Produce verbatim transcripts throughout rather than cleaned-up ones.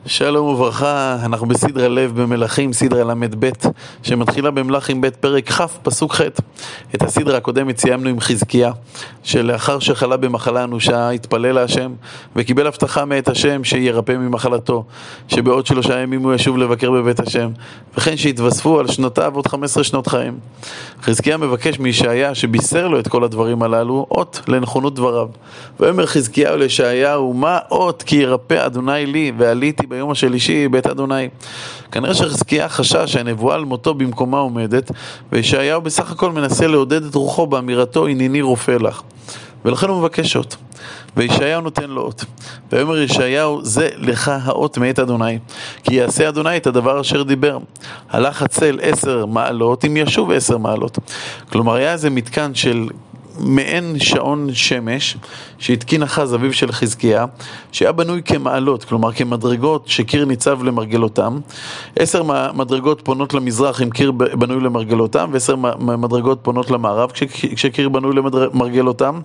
שלום וברכה, אנחנו בסדרה לב במלכים, סדרה למד ב' שמתחילה במלכים ב' פרק כ' פסוק ח'. את הסדרה הקודמת סיימנו עם חזקיה, שלאחר שחלה במחלה אנושה התפלל להשם וקיבל הבטחה מאת השם שירפא ממחלתו, שבעוד שלושה ימים הוא ישוב לבקר בבית השם, וכן שהתווספו על שנותיו עוד חמש עשרה שנות חיים. חזקיה מבקש מישעיה שבישר לו את כל הדברים הללו אות לנכונות דבריו. ואומר חזקיה לישעיהו, מה אות כי ירפא אדוני לי ועליתי ביום השלישי בית אדוני. כנראה שחזקיה חשש שהנבואה על מותו במקומה עומדת, וישעיהו בסך הכל מנסה לעודד את רוחו באמירתו הנני רופא לך, ולכן הוא מבקש אות, וישעיהו נותן לו אות. ואומר ישעיהו, זה לך האות מאת אדוני, כי יעשה אדוני את הדבר אשר דיבר. הלך הצל עשר מעלות אם ישוב עשר מעלות. כלומר היה איזה מתקן של מעין שעון שמש שהתקין אחז אביו של חזקיה, שהיה בנוי כמעלות, כלומר כמדרגות שקיר ניצב למרגלותם. עשר מדרגות פונות למזרח עם קיר בנוי למרגלותם, ועשר מדרגות פונות למערב כשקיר בנוי למרגלותם.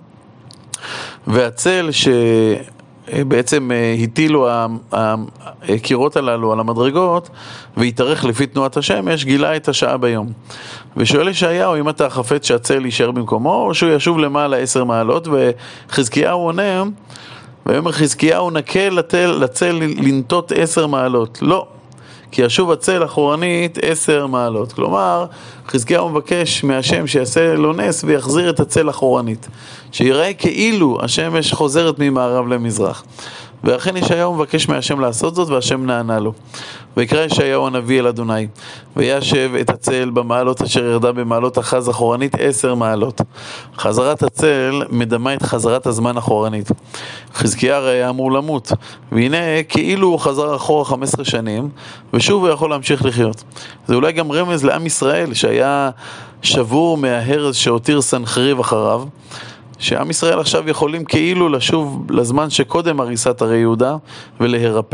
והצל שבעצם הטילו הקירות הללו על המדרגות והתארך לפי תנועת השמש, גילה את השעה ביום. ושואל ישעיהו אם אתה חפץ שהצל יישאר במקומו או שהוא ישוב למעלה עשר מעלות, וחזקיהו עונה, ואומר חזקיהו, נקה לצל, לצל לנטות עשר מעלות. לא, כי ישוב הצל אחורנית עשר מעלות. כלומר, חזקיהו מבקש מהשם שיעשה לו נס ויחזיר את הצל אחורנית, שיראה כאילו השמש חוזרת ממערב למזרח. ואכן ישעיהו מבקש מהשם לעשות זאת, והשם נענה לו. ויקרא ישעיהו הנביא אל אדוני, וישב את הצל במעלות אשר ירדה במעלות אחז אחורנית עשר מעלות. חזרת הצל מדמה את חזרת הזמן אחורנית. חזקיה הרי היה אמור למות, והנה כאילו הוא חזר אחורה חמש עשרה שנים, ושוב הוא יכול להמשיך לחיות. זה אולי גם רמז לעם ישראל שהיה שבור מההרס שהותיר סנחריב אחריו, שעם ישראל עכשיו יכולים כאילו לשוב לזמן שקודם הריסת הרי יהודה ולהירפא.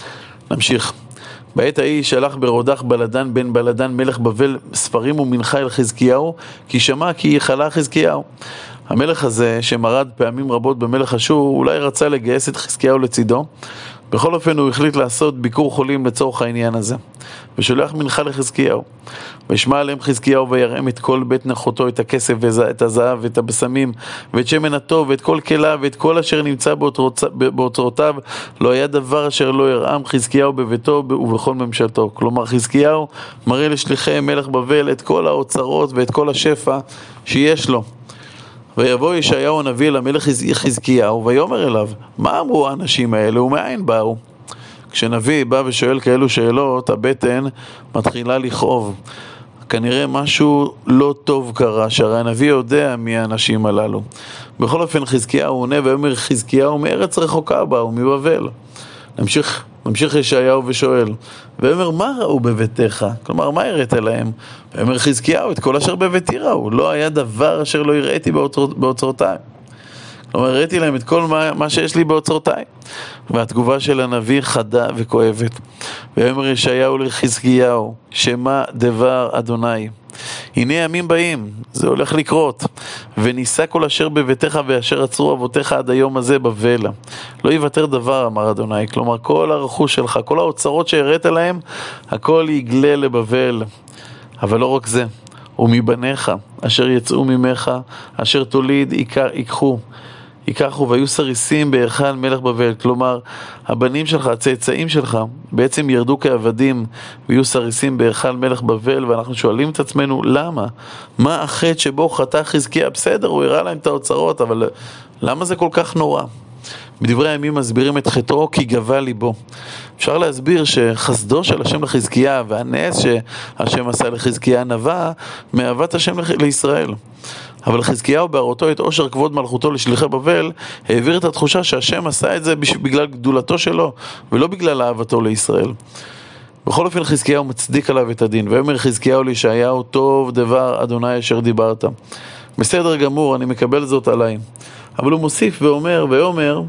נמשיך. בעת ההיא שלח ברודח בלדן בן בלדן מלך בבל ספרים ומנחה אל חזקיהו, כי שמע כי יחלה חזקיהו. המלך הזה שמרד פעמים רבות במלך אשור אולי רצה לגייס את חזקיהו לצידו. בכל אופן הוא החליט לעשות ביקור חולים לצורך העניין הזה, ושולח מנחה לחזקיהו. וישמע עליהם חזקיהו וירם את כל בית נחותו, את הכסף ואת הזהב ואת הבשמים ואת שמן הטוב ואת כל כליו ואת כל אשר נמצא באוצרותיו. לא היה דבר אשר לא ירעם חזקיהו בביתו ובכל ממשלתו. כלומר חזקיהו מראה לשליחי מלך בבל את כל האוצרות ואת כל השפע שיש לו. ויבוא ישעיהו הנביא אל המלך חזקיהו ויאמר אליו, מה אמרו האנשים האלה ומאין באו? כשנביא בא ושואל כאלו שאלות, הבטן מתחילה לכאוב. כנראה משהו לא טוב קרה, שהרי הנביא יודע מי האנשים הללו. בכל אופן חזקיהו עונה ואומר חזקיהו, מארץ רחוקה באו, מבבל. נמשיך, נמשיך ישעיהו ושואל, ואומר מה ראו בביתך? כלומר מה הראית להם? ואומר חזקיהו, את כל אשר בביתי ראו, לא היה דבר אשר לא הראיתי באוצרותיי. כלומר הראיתי להם את כל מה, מה שיש לי באוצרותיי. והתגובה של הנביא חדה וכואבת. ואומר ישעיהו לחזקיהו, שמה דבר אדוני? הנה ימים באים, זה הולך לקרות, וניסה כל אשר בביתך ואשר עצרו אבותיך עד היום הזה בבל. לא יוותר דבר, אמר אדוני. כלומר כל הרכוש שלך, כל האוצרות שהראית להם, הכל יגלה לבבל. אבל לא רק זה, ומבניך אשר יצאו ממך, אשר תוליד ייקחו ייקחו והיו סריסים בהיכל מלך בבל. כלומר הבנים שלך, הצאצאים שלך, בעצם ירדו כעבדים ויהיו סריסים בהיכל מלך בבל. ואנחנו שואלים את עצמנו למה? מה החטא שבו חטא חזקיה? בסדר, הוא הראה להם את האוצרות, אבל למה זה כל כך נורא? בדברי הימים מסבירים את חטאו כי גבה ליבו. אפשר להסביר שחסדו של השם לחזקיה והנס שהשם עשה לחזקיה נבע מאהבת השם לישראל. אבל חזקיהו בהראותו את עושר כבוד מלכותו לשליחי בבל העביר את התחושה שהשם עשה את זה בגלל גדולתו שלו ולא בגלל אהבתו לישראל. בכל אופן חזקיהו מצדיק עליו את הדין, ואומר חזקיהו לישעיהו, טוב דבר אדוני אשר דיברת. בסדר גמור, אני מקבל זאת עליי. אבל הוא מוסיף ואומר ואומר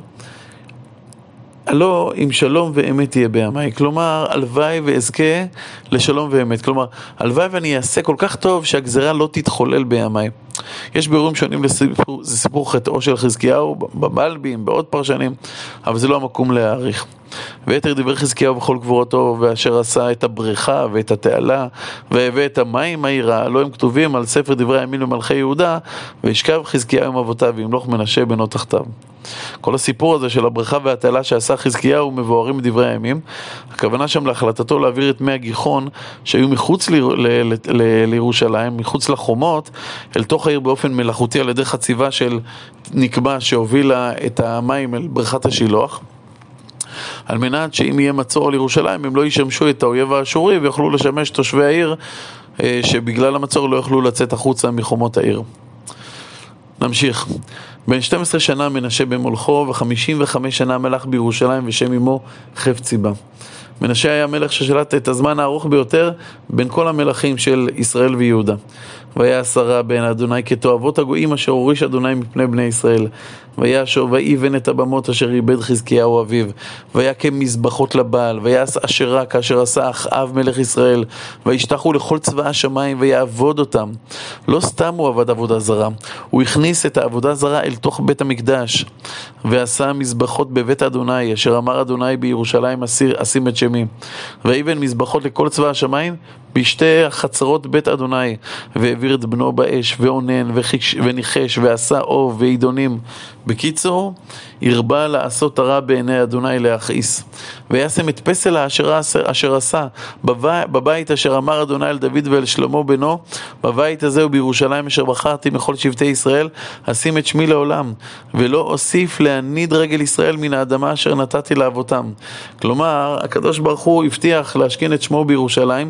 הלא אם שלום ואמת תהיה בימי. כלומר הלוואי ואזכה לשלום ואמת. כלומר הלוואי ואני אעשה כל כך טוב שהגזרה לא תתחולל בימי. יש בירורים שונים לסיפור, זה סיפור חטאו של חזקיהו בבלבים, בעוד פרשנים, אבל זה לא המקום להעריך. ויתר דברי חזקיהו בכל גבורתו, ואשר עשה את הבריכה ואת התעלה, והביא את המים העירה, לא הם כתובים על ספר דברי הימים למלכי יהודה, וישכב חזקיהו עם אבותיו וימלוך מנשה בנו תחתיו. כל הסיפור הזה של הבריכה והתעלה שעשה חזקיהו מבוארים בדברי הימים. הכוונה שם להחלטתו להעביר את מי הגיחון שהיו מחוץ ל- ל- ל- לירושלים, מחוץ לחומות, אל תוך העיר באופן מלאכותי על ידי חציבה של נקבע שהובילה את המים אל בריכת השילוח, על מנת שאם יהיה מצור על ירושלים הם לא ישמשו את האויב האשורי ויוכלו לשמש תושבי העיר שבגלל המצור לא יוכלו לצאת החוצה מחומות העיר. נמשיך. בן שתים עשרה שנה מנשה במולכו ו-חמישים וחמש שנה מלך בירושלים ושם אמו חפציבה. מנשה היה מלך ששלט את הזמן הארוך ביותר בין כל המלכים של ישראל ויהודה. והיה עשרה בין אדוני כתועבות הגויים אשר הוריש אדוני מפני בני ישראל. והיה אשר ואיבן את הבמות אשר איבד חזקיהו אביו. והיה כמזבחות לבעל. ויעש אשרה כאשר עשה אחאב מלך ישראל. וישתחו לכל צבא השמיים ויעבוד אותם. לא סתם הוא עבד עבודה זרה. הוא הכניס את העבודה זרה אל תוך בית המקדש. ועשה מזבחות בבית אדוני אשר אמר אדוני בירושלים אשים את שמי. ואיבן מזבחות לכל צבא השמיים בשתי החצרות בית אדוני, והעביר את בנו באש, ואונן, וחיש, וניחש, ועשה אוב, ועידונים. בקיצור, הרבה לעשות הרע בעיני אדוני להכעיס. וישם את פסל האשר אשר עשה, בבית, בבית אשר אמר אדוני אל דוד ואל שלמה בנו, בבית הזה ובירושלים אשר בחרתי מכל שבטי ישראל, אשים את שמי לעולם, ולא אוסיף להניד רגל ישראל מן האדמה אשר נתתי לאבותם. כלומר, הקדוש ברוך הוא הבטיח להשכין את שמו בירושלים,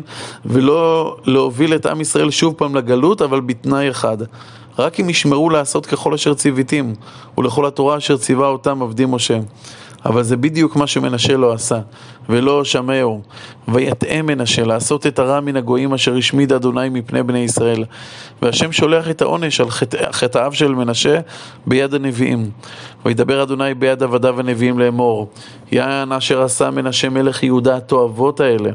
ולא להוביל את עם ישראל שוב פעם לגלות, אבל בתנאי אחד. רק אם ישמרו לעשות ככל אשר ציוויתים, ולכל התורה אשר ציווה אותם עבדי משה. אבל זה בדיוק מה שמנשה לא עשה, ולא שמעו. ויתאה מנשה לעשות את הרע מן הגויים אשר השמיד אדוני מפני בני ישראל. והשם שולח את העונש על חטאיו של מנשה ביד הנביאים. וידבר אדוני ביד עבדיו הנביאים לאמור, יען אשר עשה מנשה מלך יהודה התועבות האלה.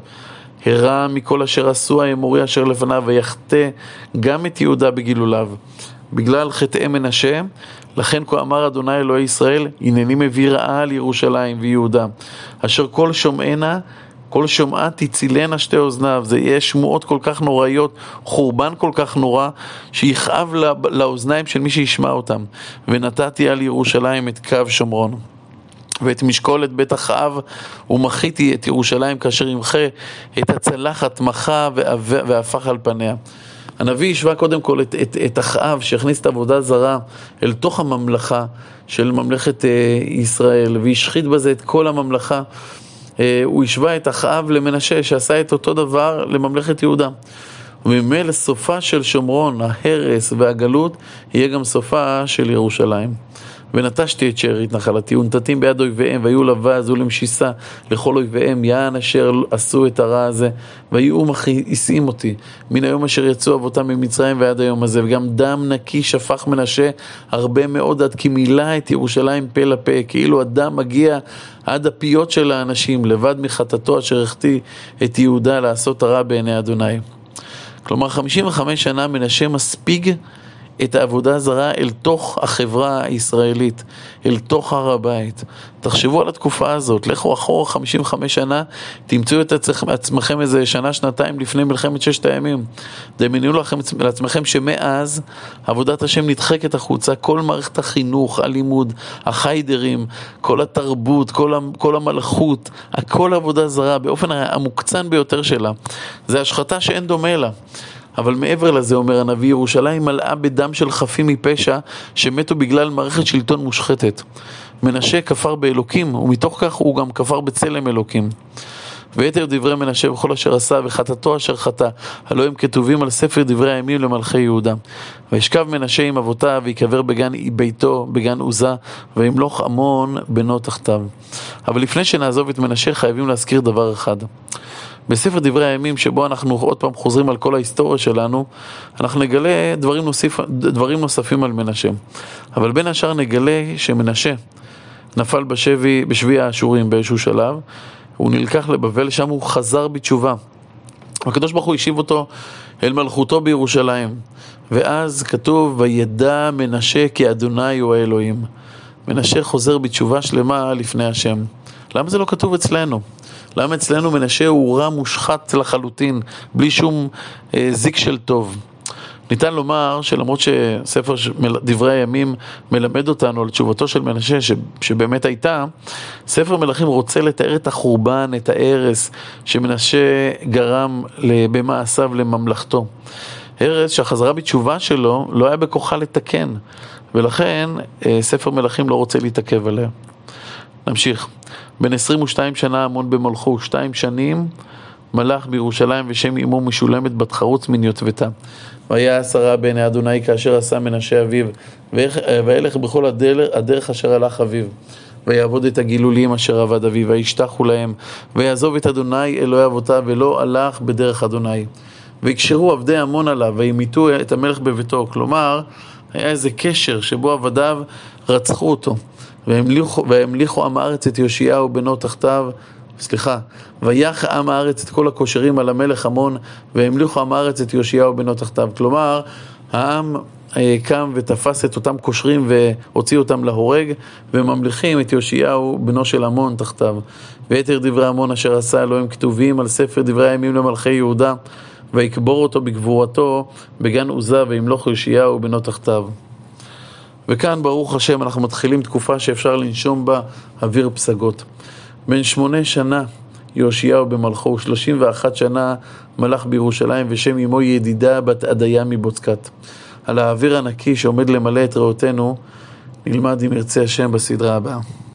הרע מכל אשר עשו האמורי אשר לפניו, ויחטא גם את יהודה בגילוליו. בגלל חטאי מנשה, לכן כה אמר אדוני אלוהי ישראל, הנני מביא רעה על ירושלים ויהודה, אשר כל שומענה, כל שומעה תצילנה שתי אוזניו. זה יהיה שמועות כל כך נוראיות, חורבן כל כך נורא, שיכאב לא, לאוזניים של מי שישמע אותם. ונתתי על ירושלים את קו שומרון. ואת משקולת בית אחאב ומחיתי את ירושלים כאשר ימחה את הצלחת מחה והפך על פניה. הנביא השווה קודם כל את, את, את אחאב שהכניס את עבודה זרה אל תוך הממלכה של ממלכת ישראל והשחית בזה את כל הממלכה. הוא השווה את אחאב למנשה שעשה את אותו דבר לממלכת יהודה. וממילא סופה של שומרון, ההרס והגלות, יהיה גם סופה של ירושלים. ונטשתי את שארית נחלתי, ונתתים ביד אויביהם, והיו לבז ולמשיסה לכל אויביהם, יען אשר עשו את הרע הזה, והיו מכעיסים אותי, מן היום אשר יצאו אבותם ממצרים ועד היום הזה, וגם דם נקי שפך מנשה הרבה מאוד, עד כי מילא את ירושלים פה לפה, כאילו הדם מגיע עד הפיות של האנשים, לבד מחטאתו אשר החטיא את יהודה לעשות הרע בעיני אדוני. כלומר, חמישים וחמש שנה מנשה מספיג את העבודה הזרה אל תוך החברה הישראלית, אל תוך הר הבית. תחשבו על התקופה הזאת, לכו אחורה חמישים וחמש שנה, תמצאו את עצמכם איזה שנה, שנתיים לפני מלחמת ששת הימים. דמיינו לכם לעצמכם שמאז עבודת השם נדחקת החוצה, כל מערכת החינוך, הלימוד, החיידרים, כל התרבות, כל, כל המלכות, הכל עבודה זרה, באופן המוקצן ביותר שלה. זה השחתה שאין דומה לה. אבל מעבר לזה, אומר הנביא, ירושלים מלאה בדם של חפים מפשע שמתו בגלל מערכת שלטון מושחתת. מנשה כפר באלוקים, ומתוך כך הוא גם כפר בצלם אלוקים. ויתר דברי מנשה וכל אשר עשה וחטאתו אשר חטא, הלא הם כתובים על ספר דברי הימים למלכי יהודה. וישכב מנשה עם אבותיו ויקבר בגן ביתו, בגן עוזה, וימלוך עמון בנו תחתיו. אבל לפני שנעזוב את מנשה חייבים להזכיר דבר אחד. בספר דברי הימים שבו אנחנו עוד פעם חוזרים על כל ההיסטוריה שלנו, אנחנו נגלה דברים, נוסיף, דברים נוספים על מנשה. אבל בין השאר נגלה שמנשה נפל בשבי, בשבי האשורים באיזשהו שלב, הוא נלקח לבבל, שם הוא חזר בתשובה. הקדוש ברוך הוא השיב אותו אל מלכותו בירושלים, ואז כתוב, וידע מנשה כי אדוני הוא האלוהים. מנשה חוזר בתשובה שלמה לפני השם. למה זה לא כתוב אצלנו? למה אצלנו מנשה הוא רע מושחת לחלוטין, בלי שום אה, זיק של טוב? ניתן לומר שלמרות שספר דברי הימים מלמד אותנו על תשובתו של מנשה ש, שבאמת הייתה, ספר מלכים רוצה לתאר את החורבן, את ההרס שמנשה גרם במעשיו לממלכתו. הרס שהחזרה בתשובה שלו לא היה בכוחה לתקן, ולכן ספר מלכים לא רוצה להתעכב עליה. נמשיך. בן עשרים ושתיים שנה עמון במלכו, שתיים שנים מלך בירושלים ושם אמו משולמת בת חרוץ מן יוטבתה. והיה עשרה בעיני אדוני כאשר עשה מנשה אביו, וילך בכל הדרך, הדרך אשר הלך אביו, ויעבוד את הגילולים אשר עבד אביו, וישתחו להם, ויעזוב את אדוני אלוהי אבותיו, ולא הלך בדרך אדוני. ויקשרו עבדי עמון עליו, וימיתו את המלך בביתו. כלומר, היה איזה קשר שבו עבדיו רצחו אותו, והמליכו, והמליכו עם הארץ את יאשיהו בנו תחתיו, סליחה, ויח עם הארץ את כל הכושרים על המלך עמון, והמליכו עם הארץ את יאשיהו בנו תחתיו. כלומר, העם קם ותפס את אותם כושרים והוציא אותם להורג, וממליכים את יאשיהו בנו של עמון תחתיו. ויתר דברי עמון אשר עשה אלוהים כתובים על ספר דברי הימים למלכי יהודה, ויקבור אותו בגבורתו בגן עוזה, וימלוך יאשיהו בנו תחתיו. וכאן ברוך השם אנחנו מתחילים תקופה שאפשר לנשום בה אוויר פסגות. בן שמונה שנה יאשיהו במלכו, שלושים ואחת שנה מלך בירושלים, ושם אמו ידידה בת עדיה מבוצקת. על האוויר הנקי שעומד למלא את ריאותינו נלמד אם ירצה השם בסדרה הבאה.